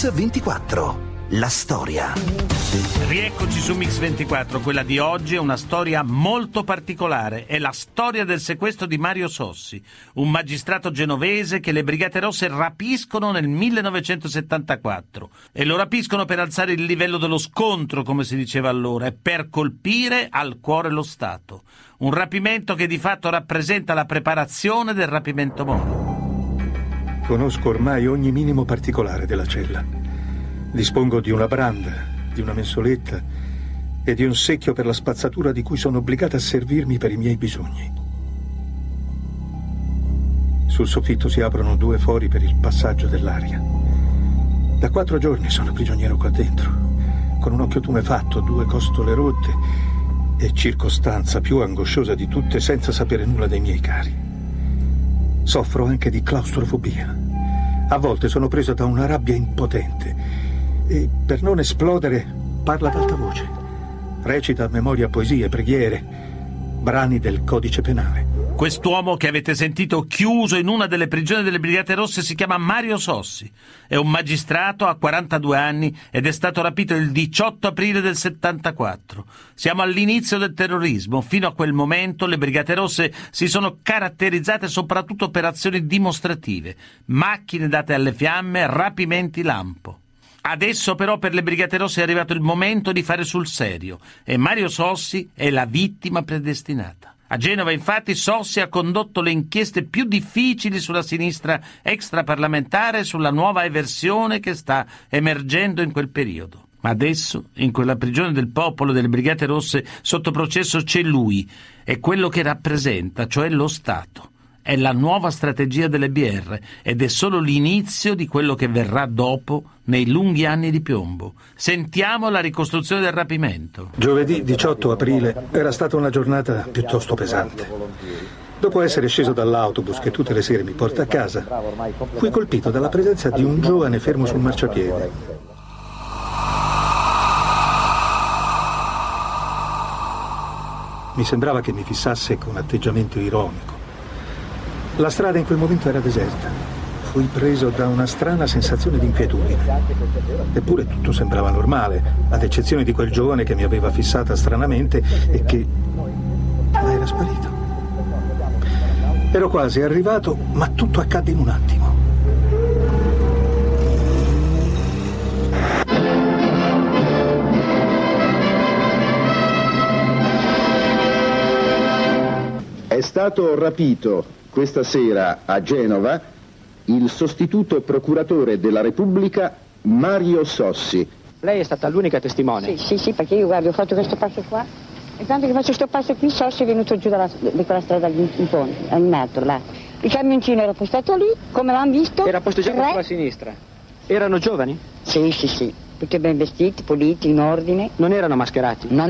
Mix24, la storia. Rieccoci su Mix24. Quella di oggi è una storia molto particolare. È la storia del sequestro di Mario Sossi, un magistrato genovese che le Brigate Rosse rapiscono nel 1974. E lo rapiscono per alzare il livello dello scontro, come si diceva allora, e per colpire al cuore lo Stato. Un rapimento che di fatto rappresenta la preparazione del rapimento Moro. Conosco ormai ogni minimo particolare della cella. Dispongo di una branda, di una mensoletta e di un secchio per la spazzatura di cui sono obbligata a servirmi per i miei bisogni. Sul soffitto si aprono 2 fori per il passaggio dell'aria. Da 4 giorni sono prigioniero qua dentro, con un occhio tumefatto, 2 costole rotte e, circostanza più angosciosa di tutte, senza sapere nulla dei miei cari. Soffro anche di claustrofobia. A volte sono preso da una rabbia impotente e, per non esplodere, parla ad alta voce. Recita a memoria poesie, preghiere, brani del codice penale. Quest'uomo che avete sentito chiuso in una delle prigioni delle Brigate Rosse si chiama Mario Sossi. È un magistrato, ha 42 anni ed è stato rapito il 18 aprile del 74. Siamo all'inizio del terrorismo. Fino a quel momento le Brigate Rosse si sono caratterizzate soprattutto per azioni dimostrative, macchine date alle fiamme, rapimenti lampo. Adesso però per le Brigate Rosse è arrivato il momento di fare sul serio e Mario Sossi è la vittima predestinata. A Genova, infatti, Sossi ha condotto le inchieste più difficili sulla sinistra extraparlamentare e sulla nuova eversione che sta emergendo in quel periodo. Ma adesso, in quella prigione del popolo delle Brigate Rosse, sotto processo c'è lui, è quello che rappresenta, cioè lo Stato. È la nuova strategia delle BR ed è solo l'inizio di quello che verrà dopo nei lunghi anni di piombo. Sentiamo la ricostruzione del rapimento. Giovedì 18 aprile era stata una giornata piuttosto pesante. Dopo essere sceso dall'autobus che tutte le sere mi porta a casa, fui colpito dalla presenza di un giovane fermo sul marciapiede. Mi sembrava che mi fissasse con atteggiamento ironico. La strada in quel momento era deserta. Fui preso da una strana sensazione di inquietudine. Eppure tutto sembrava normale, ad eccezione di quel giovane che mi aveva fissata stranamente e che era sparito. Ero quasi arrivato, ma tutto accadde in un attimo. È stato rapito questa sera a Genova il sostituto procuratore della Repubblica Mario Sossi. Lei è stata l'unica testimone? Sì, perché io guardo, ho fatto questo passo qua e tanto che faccio questo passo qui Sossi è venuto giù di quella strada in fondo, al metro là. Il camioncino era postato lì, come l'hanno visto? Era posteggiato sulla sinistra. Erano giovani? Sì, tutti ben vestiti, puliti, in ordine. Non erano mascherati? No.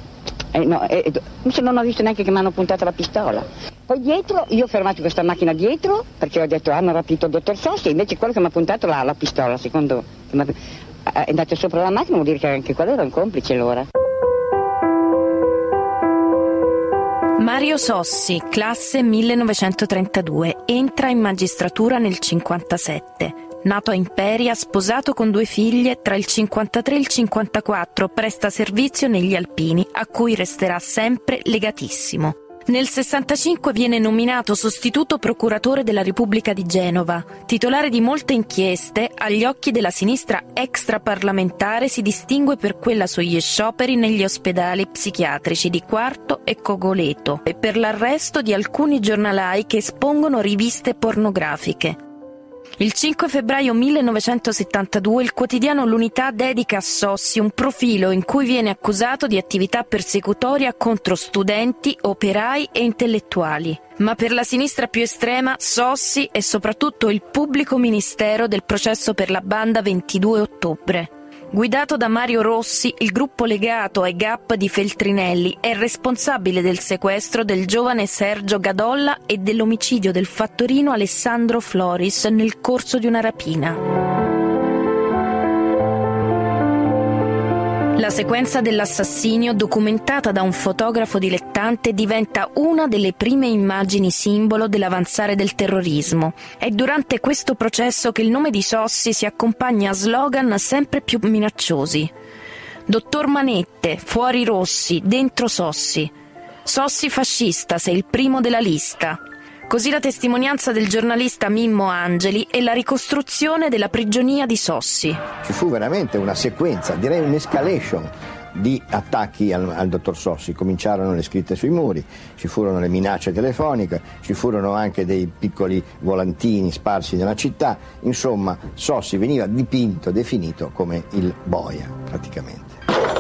Non ho visto neanche che mi hanno puntato la pistola. Poi dietro, io ho fermato questa macchina dietro perché ho detto hanno rapito il dottor Sossi, invece quello che mi ha puntato la pistola, secondo è andato sopra la macchina, vuol dire che anche quello era un complice allora. Mario Sossi, classe 1932, entra in magistratura nel 57. Nato a Imperia, sposato con 2 figlie, tra il 53 e il 54 presta servizio negli Alpini, a cui resterà sempre legatissimo. Nel 65 viene nominato sostituto procuratore della Repubblica di Genova. Titolare di molte inchieste, agli occhi della sinistra extraparlamentare si distingue per quella sugli scioperi negli ospedali psichiatrici di Quarto e Cogoleto e per l'arresto di alcuni giornalai che espongono riviste pornografiche. Il 5 febbraio 1972 il quotidiano L'Unità dedica a Sossi un profilo in cui viene accusato di attività persecutoria contro studenti, operai e intellettuali. Ma per la sinistra più estrema, Sossi è soprattutto il pubblico ministero del processo per la banda 22 ottobre. Guidato da Mario Rossi, il gruppo legato ai GAP di Feltrinelli è responsabile del sequestro del giovane Sergio Gadolla e dell'omicidio del fattorino Alessandro Floris nel corso di una rapina. La sequenza dell'assassinio, documentata da un fotografo dilettante, diventa una delle prime immagini simbolo dell'avanzare del terrorismo. È durante questo processo che il nome di Sossi si accompagna a slogan sempre più minacciosi. Dottor Manette, fuori Rossi, dentro Sossi. Sossi fascista, sei il primo della lista. Così la testimonianza del giornalista Mimmo Angeli e la ricostruzione della prigionia di Sossi. Ci fu veramente una sequenza, direi un'escalation di attacchi al dottor Sossi. Cominciarono le scritte sui muri, ci furono le minacce telefoniche, ci furono anche dei piccoli volantini sparsi nella città. Insomma, Sossi veniva dipinto, definito come il boia, praticamente.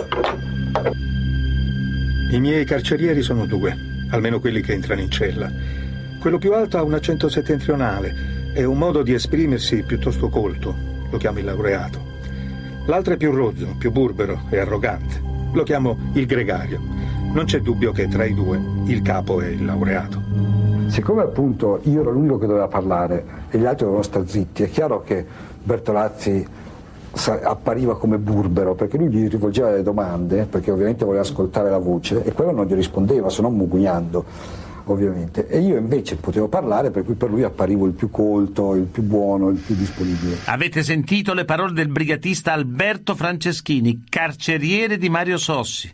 I miei carcerieri sono due, almeno quelli che entrano in cella. Quello più alto ha un accento settentrionale e un modo di esprimersi piuttosto colto, lo chiamo il laureato. L'altro è più rozzo, più burbero e arrogante, lo chiamo il gregario. Non c'è dubbio che tra i due il capo è il laureato. Siccome appunto io ero l'unico che doveva parlare e gli altri dovevano stare zitti, è chiaro che Bertolazzi appariva come burbero, perché lui gli rivolgeva le domande, perché ovviamente voleva ascoltare la voce, e quello non gli rispondeva, se no mugugnando ovviamente, e io invece potevo parlare, per cui per lui apparivo il più colto, il più buono, il più disponibile. Avete sentito le parole del brigatista Alberto Franceschini, carceriere di Mario Sossi.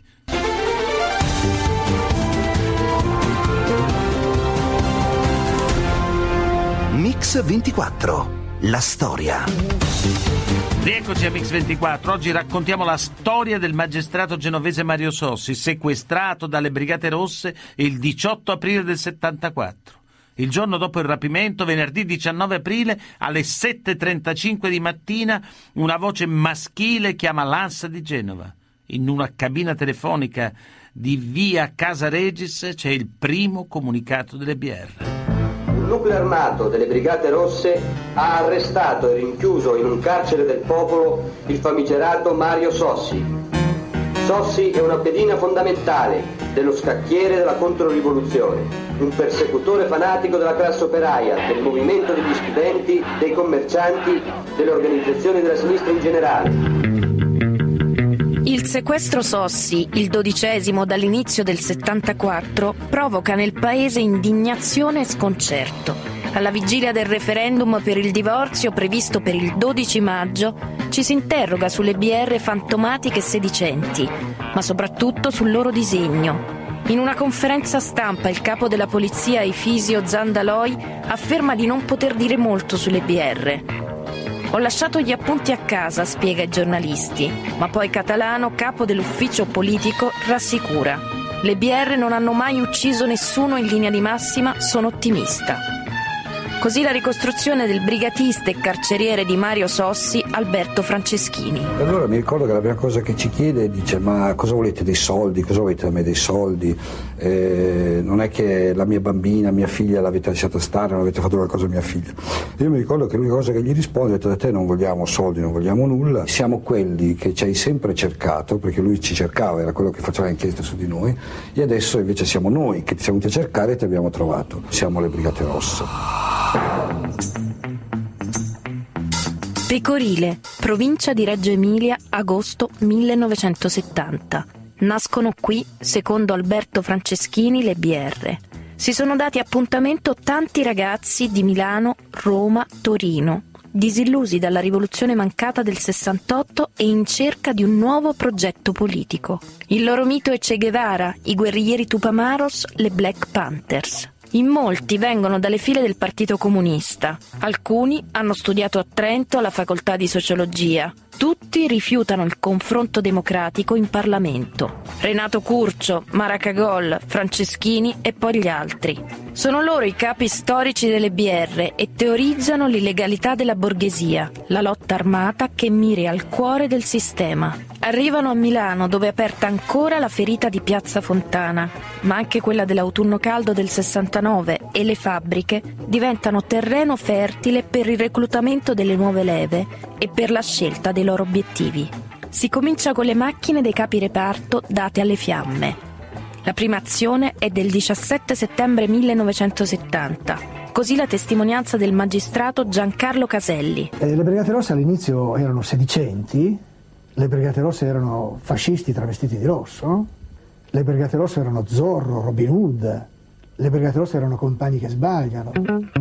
Mix 24, la storia. Rieccoci a Mix24, oggi raccontiamo la storia del magistrato genovese Mario Sossi, sequestrato dalle Brigate Rosse il 18 aprile del 74. Il giorno dopo il rapimento, venerdì 19 aprile, alle 7:35 di mattina, una voce maschile chiama l'ANSA di Genova. In una cabina telefonica di via Casa Regis c'è il primo comunicato delle BR. Il nucleo armato delle Brigate Rosse ha arrestato e rinchiuso in un carcere del popolo il famigerato Mario Sossi. Sossi è una pedina fondamentale dello scacchiere della controrivoluzione, un persecutore fanatico della classe operaia, del movimento degli studenti, dei commercianti, delle organizzazioni della sinistra in generale. Il sequestro Sossi, il 12° dall'inizio del 74, provoca nel paese indignazione e sconcerto. Alla vigilia del referendum per il divorzio previsto per il 12 maggio, ci si interroga sulle BR fantomatiche e sedicenti, ma soprattutto sul loro disegno. In una conferenza stampa il capo della polizia Efisio Zandaloi afferma di non poter dire molto sulle BR. Ho lasciato gli appunti a casa, spiega ai giornalisti, ma poi Catalano, capo dell'ufficio politico, rassicura. Le BR non hanno mai ucciso nessuno in linea di massima, sono ottimista. Così la ricostruzione del brigatista e carceriere di Mario Sossi, Alberto Franceschini. Allora mi ricordo che la prima cosa che ci chiede, dice: ma cosa volete, dei soldi? Cosa volete da me, dei soldi? Non è che la mia bambina, mia figlia l'avete lasciata stare, non avete fatto qualcosa a mia figlia. Io mi ricordo che l'unica cosa che gli risponde è: da te non vogliamo soldi, non vogliamo nulla, siamo quelli che ci hai sempre cercato, perché lui ci cercava, era quello che faceva inchieste su di noi, e adesso invece siamo noi che ti siamo venuti a cercare e ti abbiamo trovato, siamo le Brigate Rosse. Pecorile, provincia di Reggio Emilia, agosto 1970. Nascono qui, secondo Alberto Franceschini, le BR. Si sono dati appuntamento tanti ragazzi di Milano, Roma, Torino, disillusi dalla rivoluzione mancata del 68 e in cerca di un nuovo progetto politico. Il loro mito è Che Guevara, i guerrieri Tupamaros, le Black Panthers. In molti vengono dalle file del Partito Comunista, alcuni hanno studiato a Trento alla facoltà di sociologia, tutti rifiutano il confronto democratico in Parlamento. Renato Curcio, Mara Cagol, Franceschini e poi gli altri. Sono loro i capi storici delle BR e teorizzano l'illegalità della borghesia, la lotta armata che miri al cuore del sistema. Arrivano a Milano, dove è aperta ancora la ferita di Piazza Fontana, ma anche quella dell'autunno caldo del 69, e le fabbriche diventano terreno fertile per il reclutamento delle nuove leve e per la scelta dei loro obiettivi. Si comincia con le macchine dei capi reparto date alle fiamme. La prima azione è del 17 settembre 1970. Così la testimonianza del magistrato Giancarlo Caselli. Le Brigate Rosse all'inizio erano sedicenti, Le Brigate Rosse erano fascisti travestiti di rosso, le Brigate Rosse erano Zorro, Robin Hood, le Brigate Rosse erano compagni che sbagliano.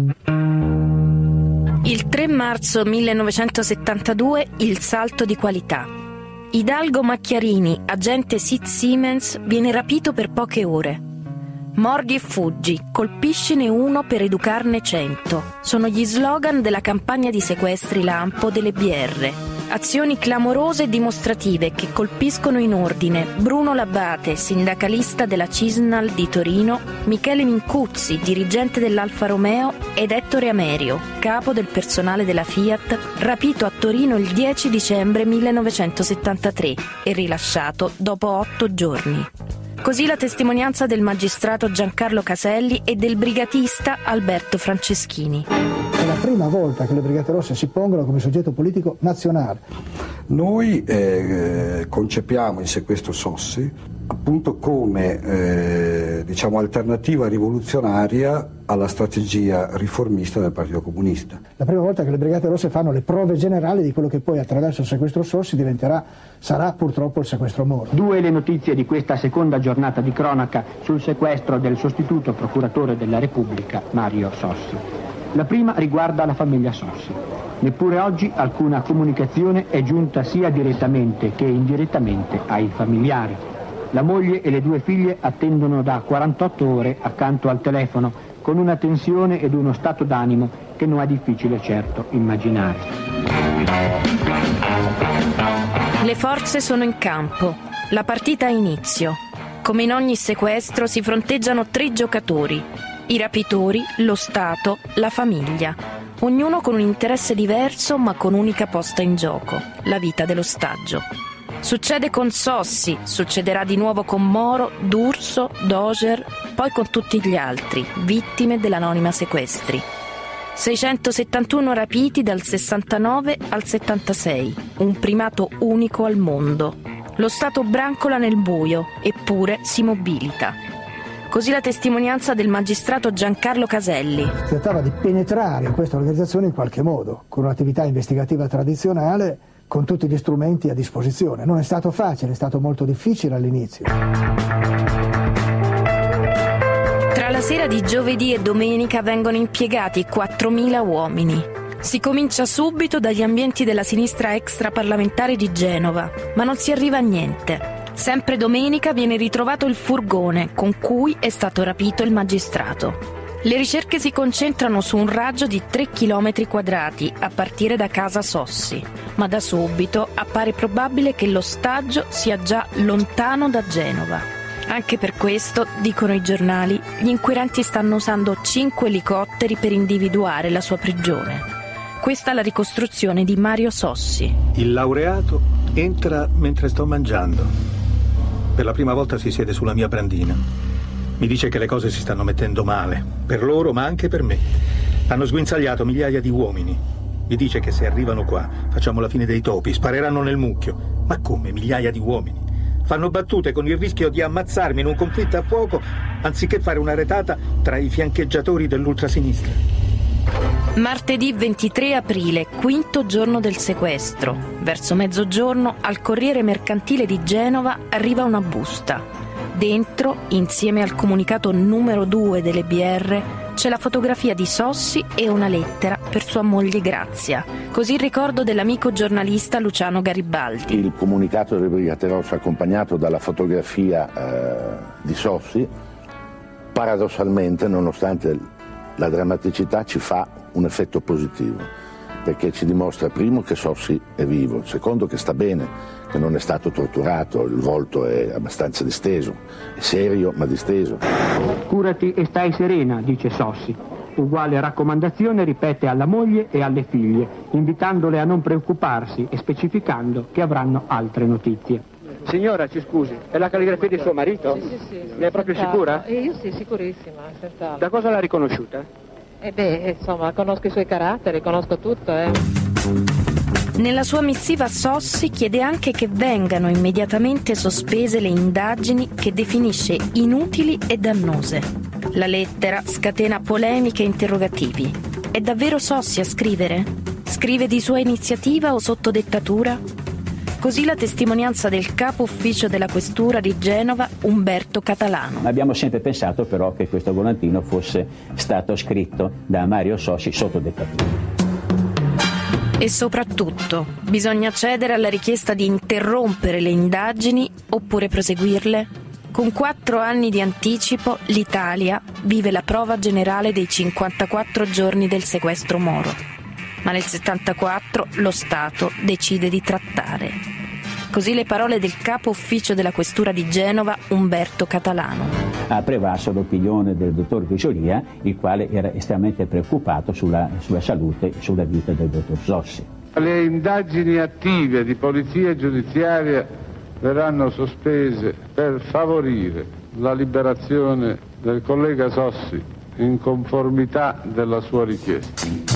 Il 3 marzo 1972 il salto di qualità. Hidalgo Macchiarini, agente SIT Siemens, viene rapito per poche ore. Mordi e fuggi, colpiscine uno per educarne 100. Sono gli slogan della campagna di sequestri lampo delle BR. Azioni clamorose e dimostrative che colpiscono in ordine Bruno Labate, sindacalista della Cisnal di Torino, Michele Mincuzzi, dirigente dell'Alfa Romeo, ed Ettore Amerio, capo del personale della Fiat, rapito a Torino il 10 dicembre 1973 e rilasciato dopo 8 giorni. Così la testimonianza del magistrato Giancarlo Caselli e del brigatista Alberto Franceschini. È la prima volta che le Brigate Rosse si pongono come soggetto politico nazionale. Noi concepiamo il sequestro Sossi appunto come alternativa rivoluzionaria alla strategia riformista del Partito Comunista. La prima volta che le Brigate Rosse fanno le prove generali di quello che poi attraverso il sequestro Sossi sarà purtroppo il sequestro Moro. 2 le notizie di questa seconda giornata di cronaca sul sequestro del sostituto procuratore della Repubblica Mario Sossi. La prima riguarda la famiglia Sossi. Neppure oggi alcuna comunicazione è giunta sia direttamente che indirettamente ai familiari. La moglie e le 2 figlie attendono da 48 ore accanto al telefono, con una tensione ed uno stato d'animo che non è difficile certo immaginare. Le forze sono in campo. La partita ha inizio. Come in ogni sequestro si fronteggiano 3 giocatori: i rapitori, lo Stato, la famiglia. Ognuno con un interesse diverso ma con unica posta in gioco: la vita dell'ostaggio. Succede con Sossi, succederà di nuovo con Moro, D'Urso, Doger, poi con tutti gli altri, vittime dell'anonima sequestri. 671 rapiti dal 69 al 76, un primato unico al mondo. Lo Stato brancola nel buio, eppure si mobilita. Così la testimonianza del magistrato Giancarlo Caselli. Si trattava di penetrare in questa organizzazione in qualche modo, con un'attività investigativa tradizionale, con tutti gli strumenti a disposizione. Non è stato facile, è stato molto difficile all'inizio. Tra la sera di giovedì e domenica vengono impiegati 4.000 uomini. Si comincia subito dagli ambienti della sinistra extraparlamentare di Genova, ma non si arriva a niente. Sempre domenica viene ritrovato il furgone con cui è stato rapito il magistrato. Le ricerche si concentrano su un raggio di 3 km quadrati a partire da casa Sossi, ma da subito appare probabile che l'ostaggio sia già lontano da Genova. Anche per questo, dicono i giornali, gli inquirenti stanno usando 5 elicotteri per individuare la sua prigione. Questa è la ricostruzione di Mario Sossi. Il laureato entra mentre sto mangiando. Per la prima volta si siede sulla mia brandina. Mi dice che le cose si stanno mettendo male, per loro ma anche per me. Hanno sguinzagliato migliaia di uomini. Mi dice che se arrivano qua facciamo la fine dei topi, spareranno nel mucchio. Ma come migliaia di uomini? Fanno battute con il rischio di ammazzarmi in un conflitto a fuoco anziché fare una retata tra i fiancheggiatori dell'ultrasinistra. Martedì 23 aprile, 5° giorno del sequestro. Verso mezzogiorno al Corriere Mercantile di Genova arriva una busta. Dentro, insieme al comunicato numero 2 delle BR, c'è la fotografia di Sossi e una lettera per sua moglie Grazia. Così il ricordo dell'amico giornalista Luciano Garibaldi. Il comunicato delle Brigate Rosse accompagnato dalla fotografia di Sossi, paradossalmente, nonostante la drammaticità, ci fa un effetto positivo, perché ci dimostra, primo, che Sossi è vivo, secondo, che sta bene, che non è stato torturato, il volto è abbastanza disteso, è serio ma disteso. Curati e stai serena, dice Sossi. Uguale raccomandazione ripete alla moglie e alle figlie, invitandole a non preoccuparsi e specificando che avranno altre notizie. Signora, ci scusi, è la calligrafia di suo marito? Sì. Ne è proprio sicura? Io sì, sicurissima, senz'altro. Da cosa l'ha riconosciuta? Insomma, conosco i suoi caratteri, conosco tutto, Nella sua missiva Sossi chiede anche che vengano immediatamente sospese le indagini che definisce inutili e dannose. La lettera scatena polemiche e interrogativi. È davvero Sossi a scrivere? Scrive di sua iniziativa o sotto dettatura? Così la testimonianza del capo ufficio della questura di Genova, Umberto Catalano. Abbiamo sempre pensato però che questo volantino fosse stato scritto da Mario Sossi sotto dettatura. E soprattutto, bisogna cedere alla richiesta di interrompere le indagini oppure proseguirle? Con 4 anni di anticipo, l'Italia vive la prova generale dei 54 giorni del sequestro Moro. Ma nel 74 lo Stato decide di trattare. Così le parole del capo ufficio della questura di Genova, Umberto Catalano. Ha prevalso l'opinione del dottor Visolia, il quale era estremamente preoccupato sulla salute e sulla vita del dottor Sossi. Le indagini attive di polizia giudiziaria verranno sospese per favorire la liberazione del collega Sossi in conformità della sua richiesta.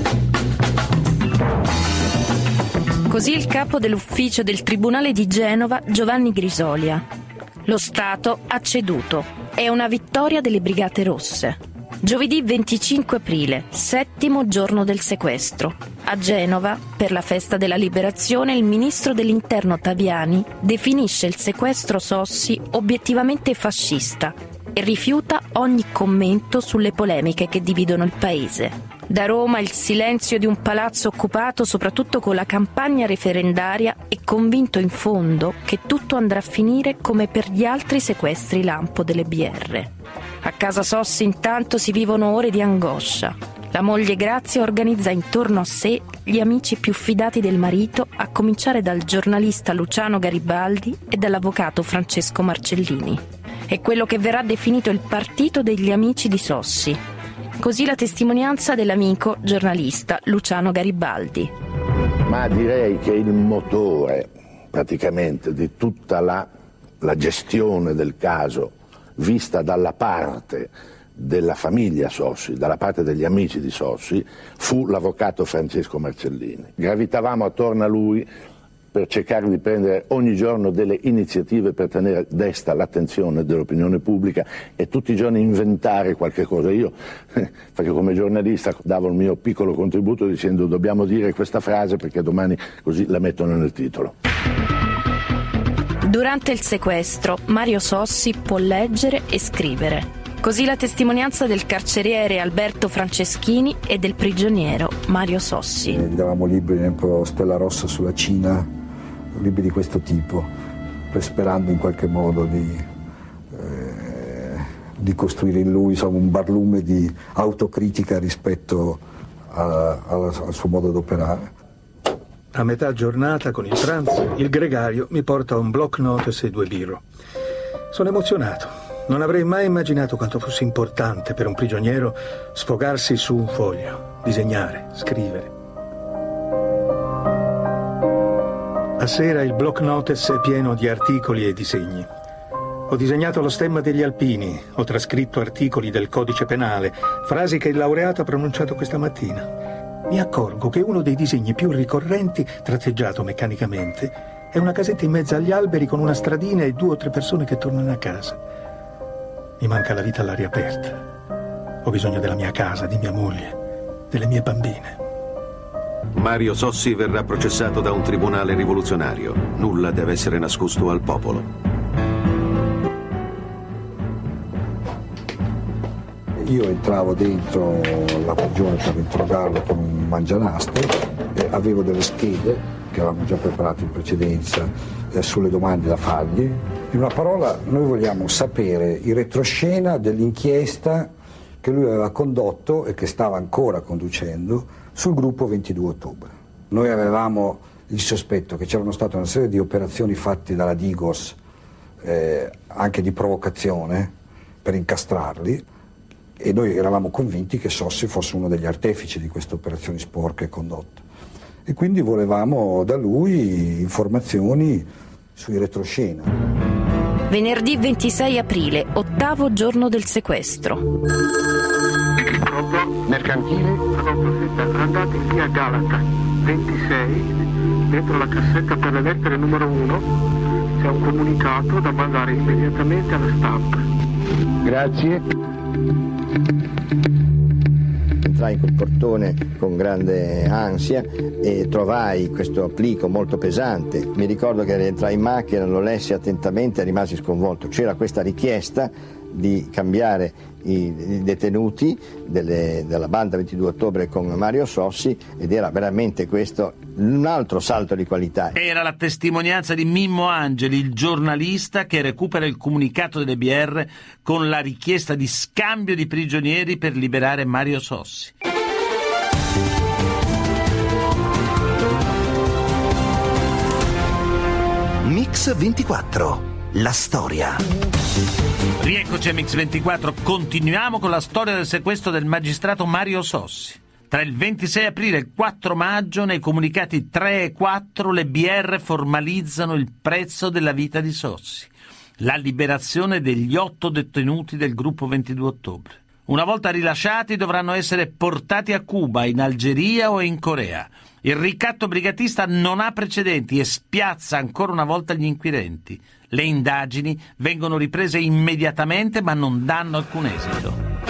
Così il capo dell'ufficio del Tribunale di Genova, Giovanni Grisolia. Lo Stato ha ceduto. È una vittoria delle Brigate Rosse. Giovedì 25 aprile, 7° giorno del sequestro. A Genova, per la festa della liberazione, il ministro dell'Interno Taviani definisce il sequestro Sossi obiettivamente fascista e rifiuta ogni commento sulle polemiche che dividono il paese. Da Roma il silenzio di un palazzo occupato soprattutto con la campagna referendaria è convinto in fondo che tutto andrà a finire come per gli altri sequestri lampo delle BR. A casa Sossi intanto si vivono ore di angoscia. La moglie Grazia organizza intorno a sé gli amici più fidati del marito, a cominciare dal giornalista Luciano Garibaldi e dall'avvocato Francesco Marcellini. È quello che verrà definito il partito degli amici di Sossi. Così la testimonianza dell'amico giornalista Luciano Garibaldi. Ma direi che il motore praticamente di tutta la gestione del caso vista dalla parte della famiglia Sossi, dalla parte degli amici di Sossi, fu l'avvocato Francesco Marcellini. Gravitavamo attorno a lui per cercare di prendere ogni giorno delle iniziative per tenere desta l'attenzione dell'opinione pubblica e tutti i giorni inventare qualche cosa. Io, perché come giornalista davo il mio piccolo contributo dicendo dobbiamo dire questa frase perché domani così la mettono nel titolo. Durante il sequestro, Mario Sossi può leggere e scrivere. Così la testimonianza del carceriere Alberto Franceschini e del prigioniero Mario Sossi. Gli davamo libri, Stella Rossa sulla Cina, libri di questo tipo, sperando in qualche modo di costruire in lui un barlume di autocritica rispetto al suo modo d'operare. A metà giornata, con il pranzo, il gregario mi porta un block notes e 2 biro. Sono emozionato. Non avrei mai immaginato quanto fosse importante per un prigioniero sfogarsi su un foglio, disegnare, scrivere. A sera il block notes è pieno di articoli e disegni. Ho disegnato lo stemma degli alpini, ho trascritto articoli del codice penale, frasi che il laureato ha pronunciato questa mattina. Mi accorgo che uno dei disegni più ricorrenti, tratteggiato meccanicamente, è una casetta in mezzo agli alberi con una stradina e 2 o 3 persone che tornano a casa. Mi manca la vita all'aria aperta. Ho bisogno della mia casa, di mia moglie, delle mie bambine. Mario Sossi verrà processato da un tribunale rivoluzionario. Nulla deve essere nascosto al popolo. Io entravo dentro la prigione per interrogarlo con un mangianastro e avevo delle schede che avevamo già preparato in precedenza sulle domande da fargli. In una parola, noi vogliamo sapere il retroscena dell'inchiesta che lui aveva condotto e che stava ancora conducendo sul gruppo 22 ottobre. Noi avevamo il sospetto che c'erano state una serie di operazioni fatte dalla Digos, anche di provocazione, per incastrarli, e noi eravamo convinti che Sossi fosse uno degli artefici di queste operazioni sporche condotte. E quindi volevamo da lui informazioni sui retroscena. Venerdì 26 aprile, 8° giorno del sequestro. Mercantile. Andate via a Galata, 26, dentro la cassetta per le lettere numero 1, c'è un comunicato da mandare immediatamente alla stampa. Grazie. entrai in quel portone con grande ansia e trovai questo plico molto pesante. Mi ricordo che entrai in macchina, lo lessi attentamente e rimasi sconvolto. C'era questa richiesta di cambiare i detenuti della banda 22 ottobre con Mario Sossi, ed era veramente questo un altro salto di qualità. Era la testimonianza di Mimmo Angeli, il giornalista che recupera il comunicato delle BR con la richiesta di scambio di prigionieri per liberare Mario Sossi. Mix 24, la storia. Rieccoci a Mix24, continuiamo con la storia del sequestro del magistrato Mario Sossi. Tra il 26 aprile e il 4 maggio, nei comunicati 3 e 4, le BR formalizzano il prezzo della vita di Sossi: la liberazione degli 8 detenuti del gruppo 22 ottobre. Una volta rilasciati dovranno essere portati a Cuba, in Algeria o in Corea. Il ricatto brigatista non ha precedenti e spiazza ancora una volta gli inquirenti. Le indagini vengono riprese immediatamente ma non danno alcun esito.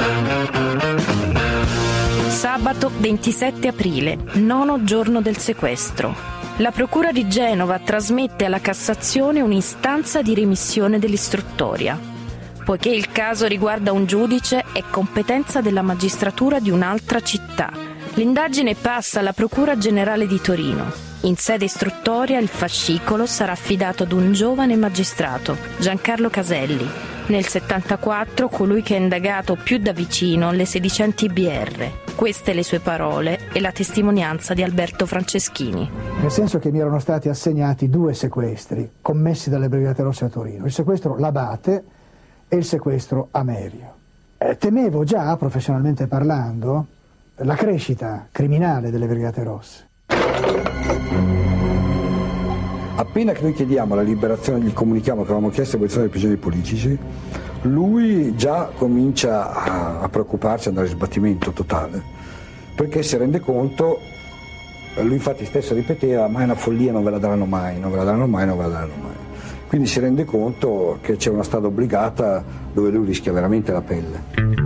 Sabato 27 aprile, 9° giorno del sequestro. La Procura di Genova trasmette alla Cassazione un'istanza di remissione dell'istruttoria. Poiché il caso riguarda un giudice, è competenza della magistratura di un'altra città. L'indagine passa alla Procura Generale di Torino. In sede istruttoria il fascicolo sarà affidato ad un giovane magistrato, Giancarlo Caselli. Nel 74 colui che ha indagato più da vicino le sedicenti BR. Queste le sue parole e la testimonianza di Alberto Franceschini. Nel senso che mi erano stati assegnati 2 sequestri commessi dalle Brigate Rosse a Torino, il sequestro L'Abate e il sequestro Amerio. Temevo già, professionalmente parlando, la crescita criminale delle Brigate Rosse. Appena che noi chiediamo la liberazione, gli comunichiamo che avevamo chiesto l'abolizione dei prigionieri politici, lui già comincia a preoccuparsi, ad andare in sbattimento totale, perché si rende conto, lui infatti stesso ripeteva: ma è una follia, non ve la daranno mai, non ve la daranno mai, non ve la daranno mai. Quindi si rende conto che c'è una strada obbligata dove lui rischia veramente la pelle.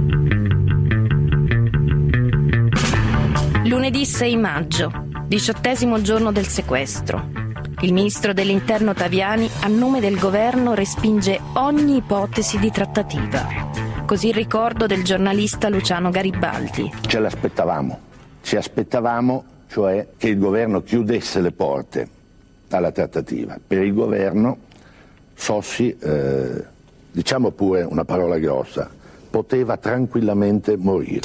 Lunedì 6 maggio, 18° giorno del sequestro. Il ministro dell'Interno Taviani, a nome del governo, respinge ogni ipotesi di trattativa. Così il ricordo del giornalista Luciano Garibaldi. Ci aspettavamo cioè che il governo chiudesse le porte alla trattativa. Per il governo Sossi, diciamo pure una parola grossa, poteva tranquillamente morire.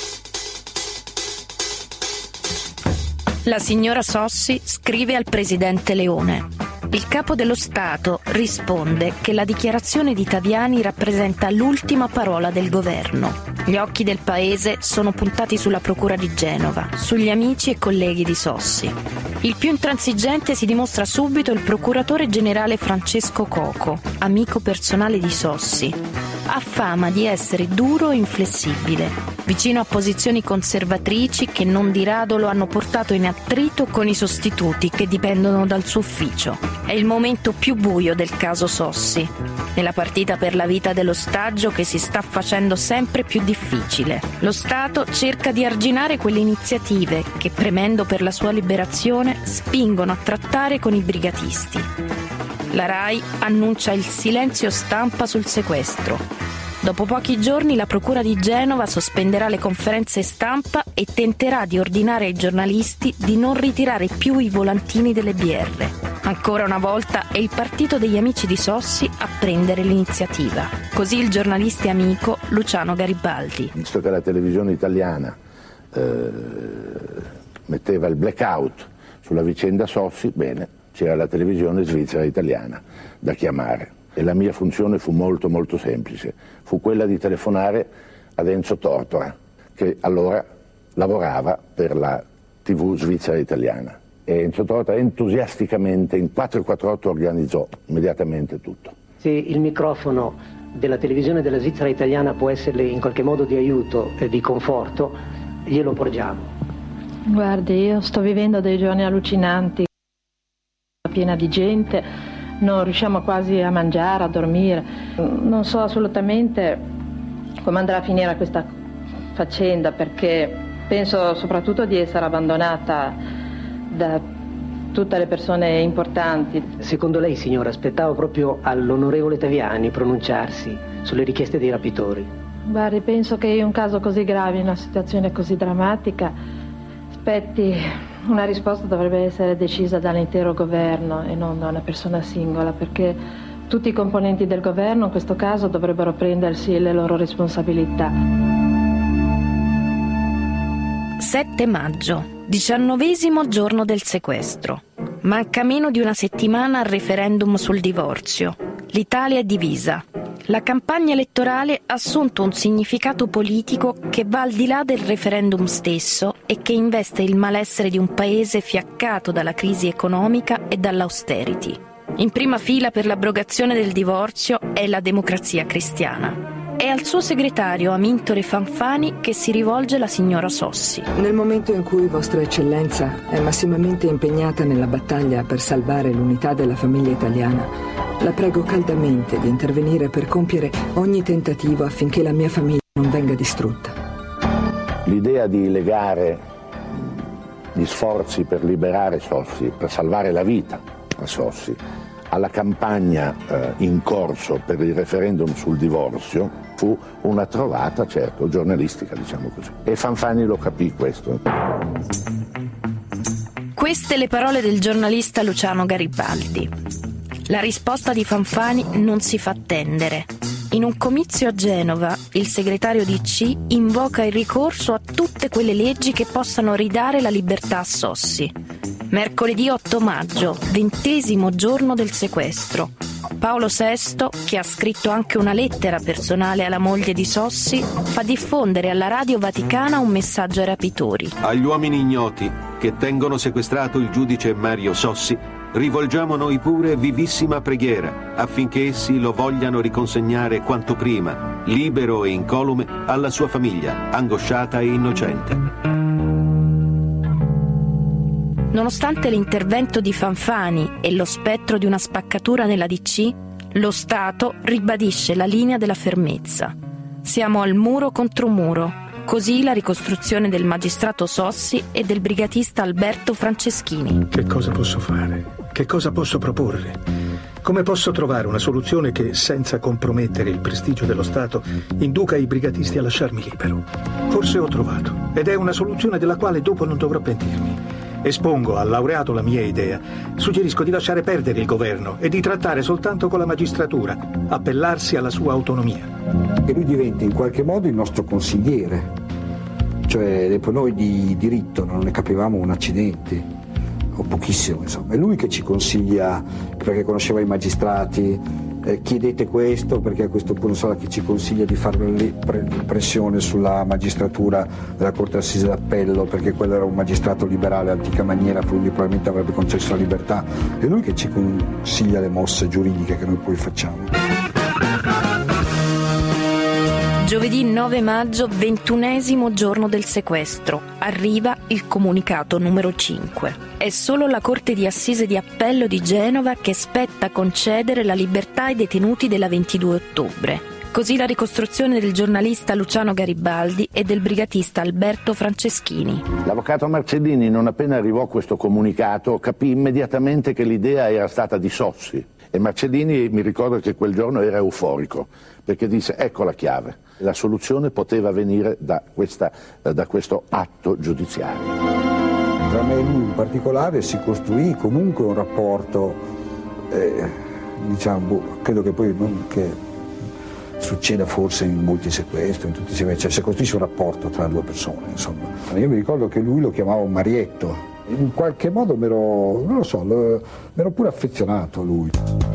La signora Sossi scrive al presidente Leone. Il capo dello Stato risponde che la dichiarazione di Taviani rappresenta l'ultima parola del governo. Gli occhi del paese sono puntati sulla Procura di Genova, sugli amici e colleghi di Sossi. Il più intransigente si dimostra subito il procuratore generale Francesco Coco, amico personale di Sossi. Ha fama di essere duro e inflessibile, vicino a posizioni conservatrici che non di rado lo hanno portato in attrito con i sostituti che dipendono dal suo ufficio. È il momento più buio del caso Sossi, nella partita per la vita dell'ostaggio che si sta facendo sempre più difficile. Lo Stato cerca di arginare quelle iniziative che, premendo per la sua liberazione, spingono a trattare con i brigatisti. La RAI annuncia il silenzio stampa sul sequestro. Dopo pochi giorni la Procura di Genova sospenderà le conferenze stampa e tenterà di ordinare ai giornalisti di non ritirare più i volantini delle BR. Ancora una volta è il partito degli amici di Sossi a prendere l'iniziativa. Così il giornalista e amico Luciano Garibaldi. Visto che la televisione italiana metteva il blackout sulla vicenda Sossi, bene, c'era la televisione svizzera italiana da chiamare. E la mia funzione fu molto molto semplice, fu quella di telefonare ad Enzo Tortora, che allora lavorava per la TV svizzera italiana. E Enzo Tortora entusiasticamente in 448 organizzò immediatamente tutto. Se il microfono della televisione della Svizzera italiana può esserle in qualche modo di aiuto e di conforto, glielo porgiamo. Guardi, io sto vivendo dei giorni allucinanti, piena di gente. Non riusciamo quasi a mangiare, a dormire. Non so assolutamente come andrà a finire questa faccenda, perché Penso soprattutto di essere abbandonata da tutte le persone importanti. Secondo lei, signora, aspettavo proprio all'onorevole Taviani pronunciarsi sulle richieste dei rapitori? Guardi, penso che in un caso così grave, in una situazione così drammatica, aspetti, una risposta dovrebbe essere decisa dall'intero governo e non da una persona singola, perché tutti i componenti del governo in questo caso dovrebbero prendersi le loro responsabilità. 7 maggio, 19° giorno del sequestro. Manca meno di una settimana al referendum sul divorzio. L'Italia è divisa. La campagna elettorale ha assunto un significato politico che va al di là del referendum stesso e che investe il malessere di un paese fiaccato dalla crisi economica e dall'austerity. In prima fila per l'abrogazione del divorzio è la Democrazia Cristiana. È al suo segretario Amintore Fanfani che si rivolge la signora Sossi. Nel momento in cui Vostra Eccellenza è massimamente impegnata nella battaglia per salvare l'unità della famiglia italiana, la prego caldamente di intervenire per compiere ogni tentativo affinché la mia famiglia non venga distrutta. L'idea di legare gli sforzi per liberare Sossi, per salvare la vita a Sossi, alla campagna in corso per il referendum sul divorzio fu una trovata, certo, giornalistica, diciamo così. E Fanfani lo capì questo. Queste le parole del giornalista Luciano Garibaldi. La risposta di Fanfani non si fa attendere. In un comizio a Genova, il segretario DC invoca il ricorso a tutte quelle leggi che possano ridare la libertà a Sossi. Mercoledì 8 maggio, 20° giorno del sequestro. Paolo VI, che ha scritto anche una lettera personale alla moglie di Sossi, fa diffondere alla Radio Vaticana un messaggio ai rapitori. Agli uomini ignoti che tengono sequestrato il giudice Mario Sossi, rivolgiamo noi pure vivissima preghiera affinché essi lo vogliano riconsegnare quanto prima, libero e incolume, alla sua famiglia, angosciata e innocente. Nonostante l'intervento di Fanfani e lo spettro di una spaccatura nella DC, lo Stato ribadisce la linea della fermezza. Siamo al muro contro muro. Così la ricostruzione del magistrato Sossi e del brigatista Alberto Franceschini. Che cosa posso fare? Che cosa posso proporre? Come posso trovare una soluzione che, senza compromettere il prestigio dello Stato, induca i brigatisti a lasciarmi libero? Forse ho trovato, ed è una soluzione della quale dopo non dovrò pentirmi. Espongo al laureato la mia idea. Suggerisco di lasciare perdere il governo e di trattare soltanto con la magistratura, appellarsi alla sua autonomia. Che lui diventi in qualche modo il nostro consigliere. Cioè, noi di diritto non ne capivamo un accidente, o pochissimo, insomma. È lui che ci consiglia, perché conosceva i magistrati, chiedete questo, perché a questo punto sarà che ci consiglia di fare pressione sulla magistratura della Corte d'Assise d'Appello, perché quello era un magistrato liberale antica maniera, quindi probabilmente avrebbe concesso la libertà. È lui che ci consiglia le mosse giuridiche che noi poi facciamo. Giovedì 9 maggio, 21° giorno del sequestro. Arriva il comunicato numero 5. È solo la Corte di Assise di Appello di Genova che spetta concedere la libertà ai detenuti della 22 ottobre. Così la ricostruzione del giornalista Luciano Garibaldi e del brigatista Alberto Franceschini. L'avvocato Marcellini, non appena arrivò questo comunicato, capì immediatamente che l'idea era stata di Sossi. E Marcellini, mi ricordo che quel giorno era euforico, perché disse: ecco la chiave. La soluzione poteva venire da questo atto giudiziario. Tra me e lui in particolare si costruì comunque un rapporto, credo che poi non che succeda forse in molti sequestri, in tutti i sequestri, cioè si costruisce un rapporto tra due persone, insomma. Io mi ricordo che lui lo chiamava Marietto, in qualche modo m'ero pure affezionato a lui.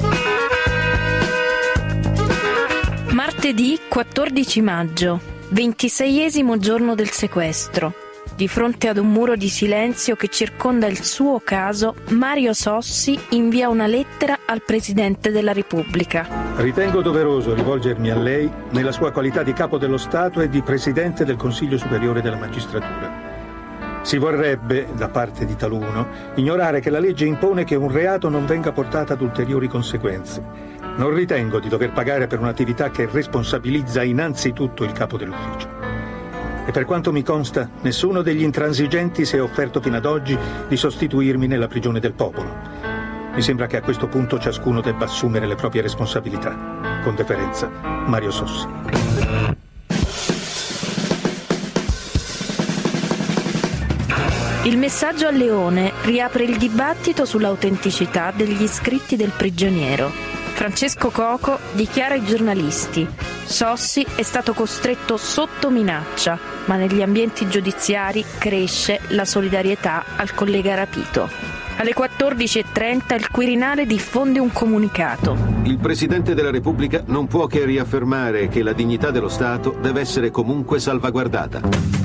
Martedì 14 maggio, 26° giorno del sequestro. Di fronte ad un muro di silenzio che circonda il suo caso, Mario Sossi invia una lettera al Presidente della Repubblica. Ritengo doveroso rivolgermi a lei nella sua qualità di Capo dello Stato e di Presidente del Consiglio Superiore della Magistratura. Si vorrebbe, da parte di taluno, ignorare che la legge impone che un reato non venga portato ad ulteriori conseguenze. Non ritengo di dover pagare per un'attività che responsabilizza innanzitutto il capo dell'ufficio. E per quanto mi consta, nessuno degli intransigenti si è offerto fino ad oggi di sostituirmi nella prigione del popolo. Mi sembra che a questo punto ciascuno debba assumere le proprie responsabilità. Con deferenza, Mario Sossi. Il messaggio al Leone riapre il dibattito sull'autenticità degli scritti del prigioniero. Francesco Coco dichiara ai giornalisti: Sossi è stato costretto sotto minaccia, ma negli ambienti giudiziari cresce la solidarietà al collega rapito. Alle 14:30 il Quirinale diffonde un comunicato. Il Presidente della Repubblica non può che riaffermare che la dignità dello Stato deve essere comunque salvaguardata.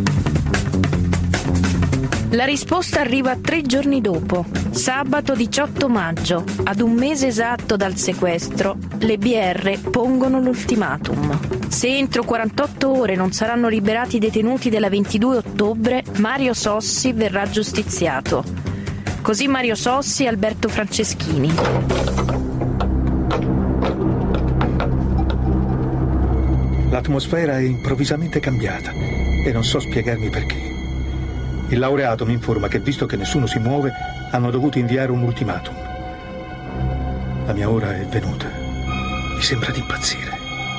La risposta arriva 3 giorni dopo, sabato 18 maggio, ad un mese esatto dal sequestro, le BR pongono l'ultimatum. Se entro 48 ore non saranno liberati i detenuti della 22 ottobre, Mario Sossi verrà giustiziato. Così Mario Sossi e Alberto Franceschini. L'atmosfera è improvvisamente cambiata e non so spiegarmi perché. Il laureato mi informa che, visto che nessuno si muove, hanno dovuto inviare un ultimatum. La mia ora è venuta. Mi sembra di impazzire.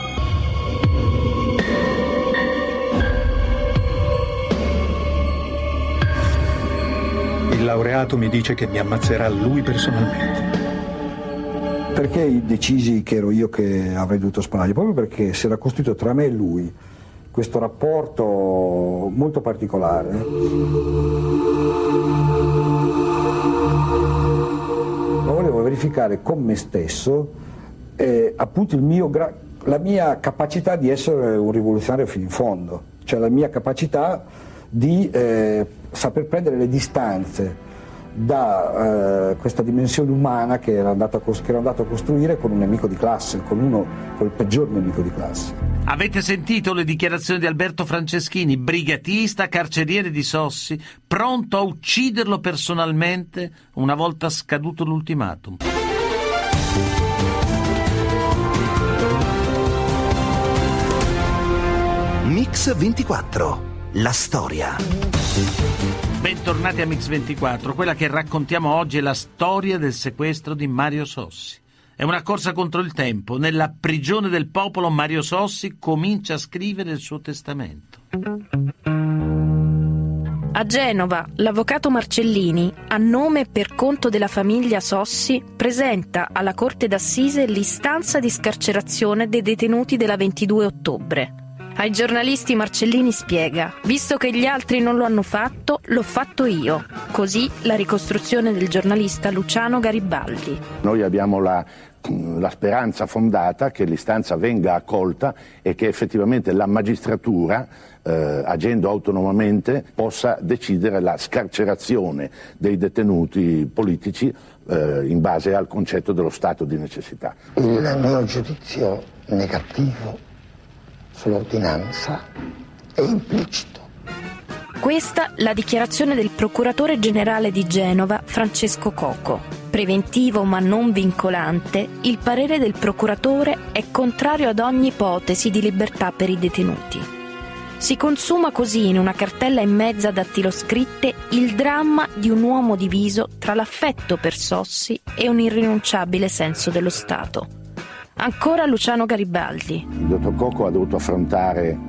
Il laureato mi dice che mi ammazzerà lui personalmente. Perché decisi che ero io che avrei dovuto sparargli? Proprio perché si era costruito tra me e lui questo rapporto molto particolare. Volevo verificare con me stesso appunto la mia capacità di essere un rivoluzionario fino in fondo, cioè la mia capacità di saper prendere le distanze da questa dimensione umana che ero andato a costruire con un nemico di classe, con il peggior nemico di classe. Avete sentito le dichiarazioni di Alberto Franceschini, brigatista, carceriere di Sossi, pronto a ucciderlo personalmente una volta scaduto l'ultimatum. Mix 24, la storia. Bentornati a Mix 24, quella che raccontiamo oggi è la storia del sequestro di Mario Sossi. È una corsa contro il tempo. Nella prigione del popolo Mario Sossi comincia a scrivere il suo testamento. A Genova, l'avvocato Marcellini, a nome e per conto della famiglia Sossi, presenta alla Corte d'Assise l'istanza di scarcerazione dei detenuti della 22 ottobre. Ai giornalisti Marcellini spiega: visto che gli altri non lo hanno fatto, l'ho fatto io. Così la ricostruzione del giornalista Luciano Garibaldi. Noi abbiamo la speranza fondata che l'istanza venga accolta e che effettivamente la magistratura, agendo autonomamente, possa decidere la scarcerazione dei detenuti politici in base al concetto dello stato di necessità. Il mio giudizio negativo sull'ordinanza è implicito. Questa la dichiarazione del procuratore generale di Genova, Francesco Coco. Preventivo ma non vincolante, il parere del procuratore è contrario ad ogni ipotesi di libertà per i detenuti. Si consuma così in una cartella in mezza dattiloscritte il dramma di un uomo diviso tra l'affetto per Sossi e un irrinunciabile senso dello Stato. Ancora Luciano Garibaldi. Il dottor Coco ha dovuto affrontare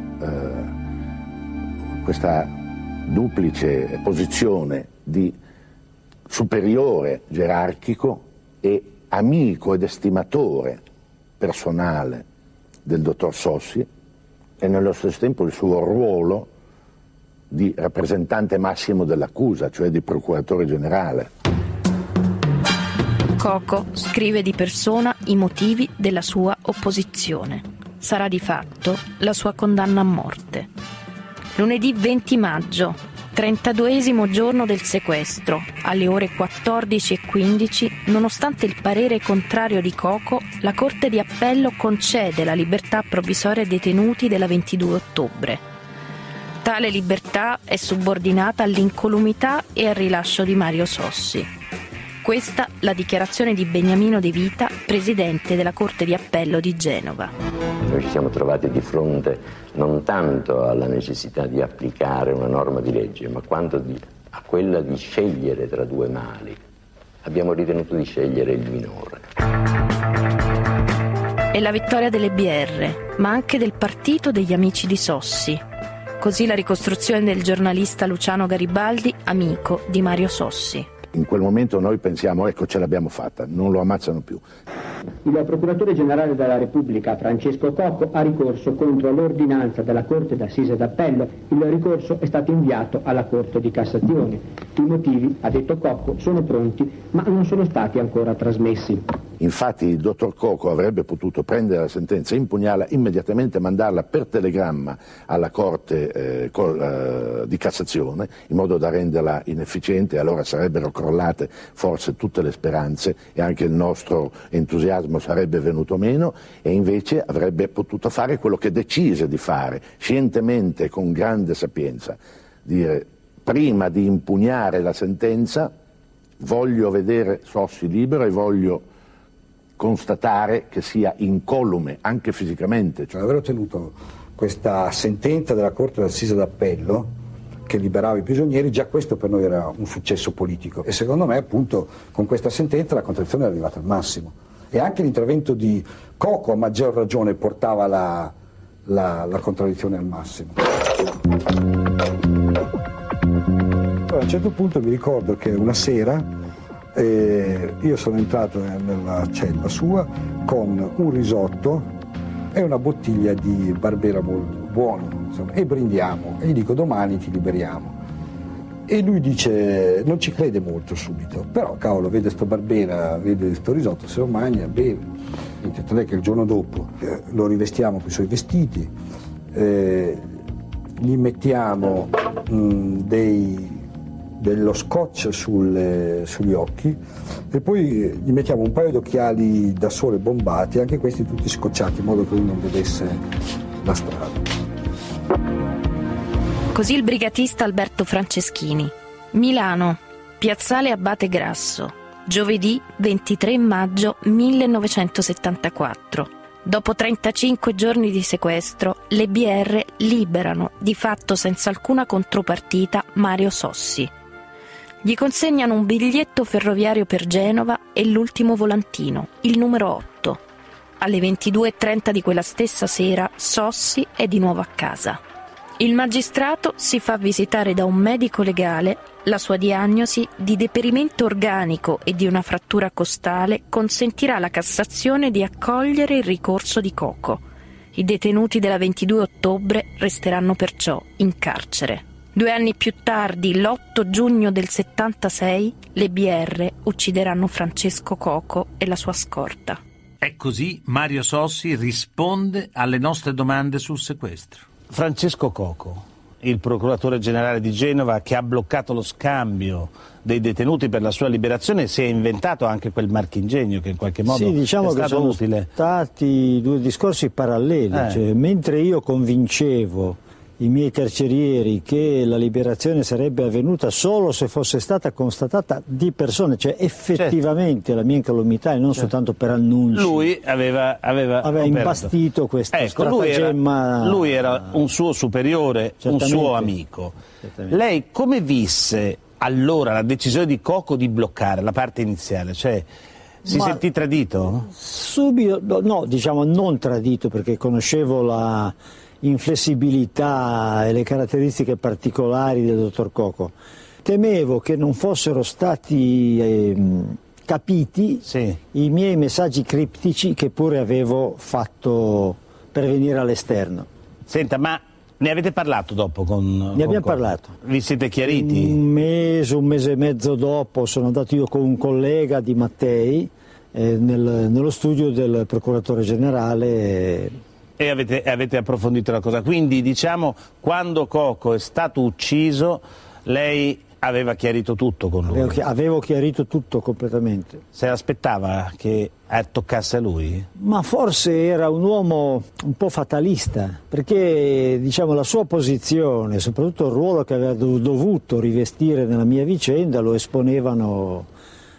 questa duplice posizione di superiore gerarchico e amico ed estimatore personale del dottor Sossi e nello stesso tempo il suo ruolo di rappresentante massimo dell'accusa, cioè di procuratore generale. Coco scrive di persona i motivi della sua opposizione. Sarà di fatto la sua condanna a morte. Lunedì 20 maggio, 32esimo giorno del sequestro, alle ore 14:15, nonostante il parere contrario di Coco, la Corte di Appello concede la libertà provvisoria ai detenuti della 22 ottobre. Tale libertà è subordinata all'incolumità e al rilascio di Mario Sossi. Questa la dichiarazione di Beniamino De Vita, presidente della Corte di Appello di Genova. Noi ci siamo trovati di fronte non tanto alla necessità di applicare una norma di legge, ma quanto a quella di scegliere tra due mali. Abbiamo ritenuto di scegliere il minore. È la vittoria delle BR, ma anche del partito degli amici di Sossi. Così la ricostruzione del giornalista Luciano Garibaldi, amico di Mario Sossi. In quel momento noi pensiamo, ecco, ce l'abbiamo fatta, non lo ammazzano più. Il procuratore generale della Repubblica, Francesco Cocco, ha ricorso contro l'ordinanza della Corte d'Assise d'Appello. Il ricorso è stato inviato alla Corte di Cassazione. I motivi, ha detto Cocco, sono pronti, ma non sono stati ancora trasmessi. Infatti il dottor Cocco avrebbe potuto prendere la sentenza, impugnarla immediatamente, mandarla per telegramma alla Corte di Cassazione, in modo da renderla inefficiente, e allora sarebbero crollate forse tutte le speranze e anche il nostro entusiasmo sarebbe venuto meno, e invece avrebbe potuto fare quello che decise di fare, scientemente e con grande sapienza, dire: prima di impugnare la sentenza voglio vedere Sossi libero e voglio constatare che sia incolume anche fisicamente. Cioè, aver ottenuto questa sentenza della Corte d'Assise d'Appello che liberava i prigionieri, già questo per noi era un successo politico, e secondo me appunto con questa sentenza la contraddizione è arrivata al massimo, e anche l'intervento di Cocco a maggior ragione portava la contraddizione al massimo. Allora, a un certo punto mi ricordo che una sera io sono entrato nella cella sua con un risotto e una bottiglia di Barbera buono, insomma, e brindiamo, e gli dico: domani ti liberiamo. E lui dice, non ci crede molto subito, però cavolo, vede sto Barbera, vede sto risotto, se lo mangia, beve. Tant'è che il giorno dopo lo rivestiamo con i suoi vestiti, gli mettiamo dello scotch sugli occhi, e poi gli mettiamo un paio di occhiali da sole bombati, anche questi tutti scocciati, in modo che lui non vedesse la strada. Così il brigatista Alberto Franceschini. Milano, Piazzale Abate Grasso, giovedì 23 maggio 1974. Dopo 35 giorni di sequestro, le BR liberano, di fatto senza alcuna contropartita, Mario Sossi. Gli consegnano un biglietto ferroviario per Genova e l'ultimo volantino, il numero 8. Alle 22:30 di quella stessa sera, Sossi è di nuovo a casa. Il magistrato si fa visitare da un medico legale. La sua diagnosi di deperimento organico e di una frattura costale consentirà alla Cassazione di accogliere il ricorso di Cocco. I detenuti della 22 ottobre resteranno perciò in carcere. 2 anni più tardi, l'8 giugno del 76, le BR uccideranno Francesco Cocco e la sua scorta. E così Mario Sossi risponde alle nostre domande sul sequestro. Francesco Cocco, il procuratore generale di Genova, che ha bloccato lo scambio dei detenuti per la sua liberazione, si è inventato anche quel marchingegno che in qualche modo sì, diciamo è stato che sono utile. Stati 2 discorsi paralleli, cioè, mentre io convincevo i miei carcerieri che la liberazione sarebbe avvenuta solo se fosse stata constatata di persone, cioè effettivamente la mia incolumità e non soltanto per annunci. Lui aveva imbastito questo stratagemma. Lui era un suo superiore, un suo amico. Lei come visse allora la decisione di Cocco di bloccare la parte iniziale? Cioè, si sentì tradito? Subito, no, diciamo non tradito, perché conoscevo la inflessibilità e le caratteristiche particolari del dottor Cocco. Temevo che non fossero stati capiti i miei messaggi criptici che pure avevo fatto pervenire all'esterno. Senta, ma ne avete parlato dopo con Ne abbiamo parlato. Vi siete chiariti? Un mese e mezzo dopo sono andato io con un collega di Mattei nello studio del procuratore generale. E avete approfondito la cosa. Quindi, diciamo, quando Cocco è stato ucciso, lei aveva chiarito tutto con lui? Avevo chiarito tutto completamente. Se l'aspettava che toccasse a lui? Ma forse era un uomo un po' fatalista, perché diciamo la sua posizione, soprattutto il ruolo che aveva dovuto rivestire nella mia vicenda, lo esponevano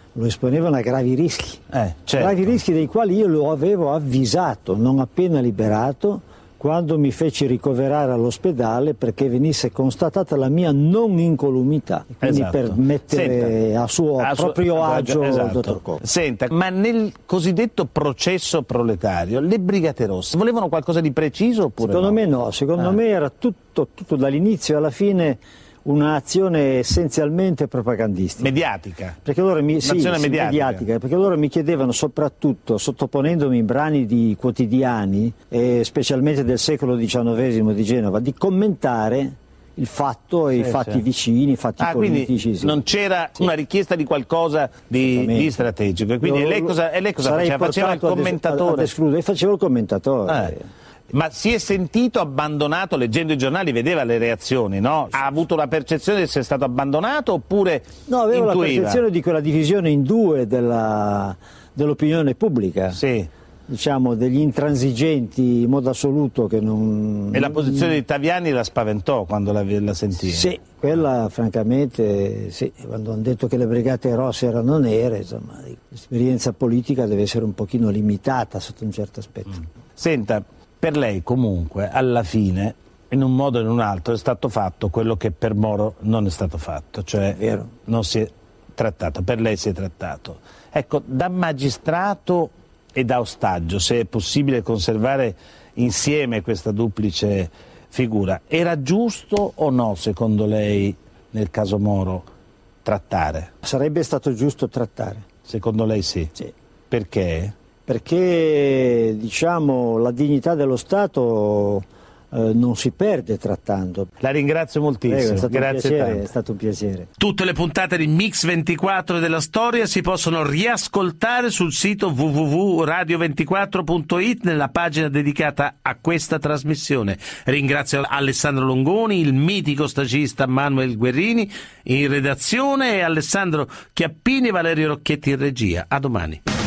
lo esponevano a gravi rischi, certo. Gravi rischi dei quali io lo avevo avvisato non appena liberato, quando mi feci ricoverare all'ospedale perché venisse constatata la mia non incolumità, quindi per mettere a proprio agio il dottor Cocco. Senta, ma nel cosiddetto processo proletario le Brigate Rosse volevano qualcosa di preciso oppure Secondo me no, secondo me era tutto dall'inizio alla fine un'azione essenzialmente propagandistica. Mediatica. Perché loro mediatica, perché loro mi chiedevano, soprattutto sottoponendomi in brani di quotidiani, specialmente del secolo XIX di Genova, di commentare il fatto e i fatti vicini, i fatti politici. Quindi non c'era una richiesta di qualcosa di strategico. Quindi lei cosa faceva? Faceva il commentatore? Io facevo il commentatore. Ma si è sentito abbandonato, leggendo i giornali vedeva le reazioni, no? Ha avuto la percezione di essere stato abbandonato oppure No, avevo la percezione di quella divisione in due dell'opinione pubblica. Sì. Diciamo degli intransigenti in modo assoluto che non... E la posizione di Taviani la spaventò quando la sentì? Sì, quella francamente sì, quando hanno detto che le Brigate Rosse erano nere, insomma, l'esperienza politica deve essere un pochino limitata sotto un certo aspetto. Senta, per lei comunque alla fine in un modo o in un altro è stato fatto quello che per Moro non è stato fatto, cioè non si è trattato, per lei si è trattato. Ecco, da magistrato e da ostaggio, se è possibile conservare insieme questa duplice figura, era giusto o no secondo lei nel caso Moro trattare? Sarebbe stato giusto trattare. Secondo lei sì? Sì. Perché? Perché diciamo la dignità dello Stato non si perde trattando. La ringrazio moltissimo. È stato un piacere. Tutte le puntate di Mix 24 della storia si possono riascoltare sul sito www.radio24.it nella pagina dedicata a questa trasmissione. Ringrazio Alessandro Longoni, il mitico stagista Manuel Guerrini in redazione e Alessandro Chiappini e Valerio Rocchetti in regia. A domani.